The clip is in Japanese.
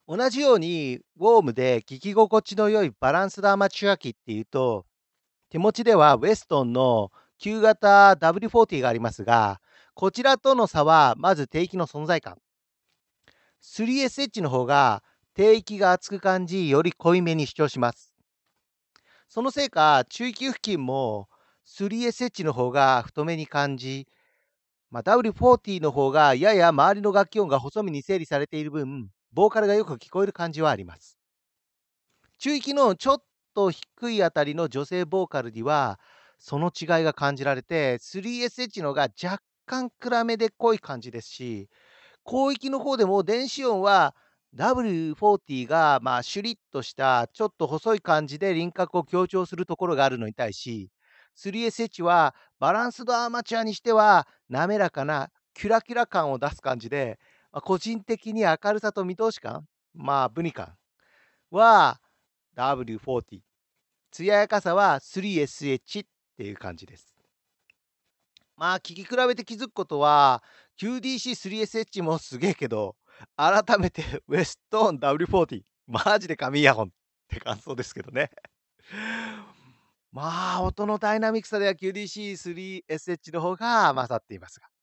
同じように、ウォームで聞き心地の良いバランスドアマチュア機っていうと、手持ちではウェストンの旧型 W40 がありますが、こちらとの差はまず低域の存在感。3SH の方が低域が厚く感じ、より濃いめに主張します。そのせいか、中域付近も 3SH の方が太めに感じ、W40 の方がやや周りの楽器音が細身に整理されている分、ボーカルがよく聞こえる感じはあります。中域のちょっと低いあたりの女性ボーカルには、その違いが感じられて、3SH の方が若干暗めで濃い感じですし、広域の方でも電子音は W40 がシュリッとしたちょっと細い感じで輪郭を強調するところがあるのに対し、3SH はバランスドアマチュアにしては滑らかなキュラキュラ感を出す感じで、個人的に明るさと見通し感、ブニ感は W40、艶やかさは 3SH っていう感じです。聞き比べて気づくことは、QDC3SH もすげえけど、改めてウェストーン W40、マジで神イヤホンって感想ですけどね。音のダイナミックさでは QDC3SH の方が勝っていますが。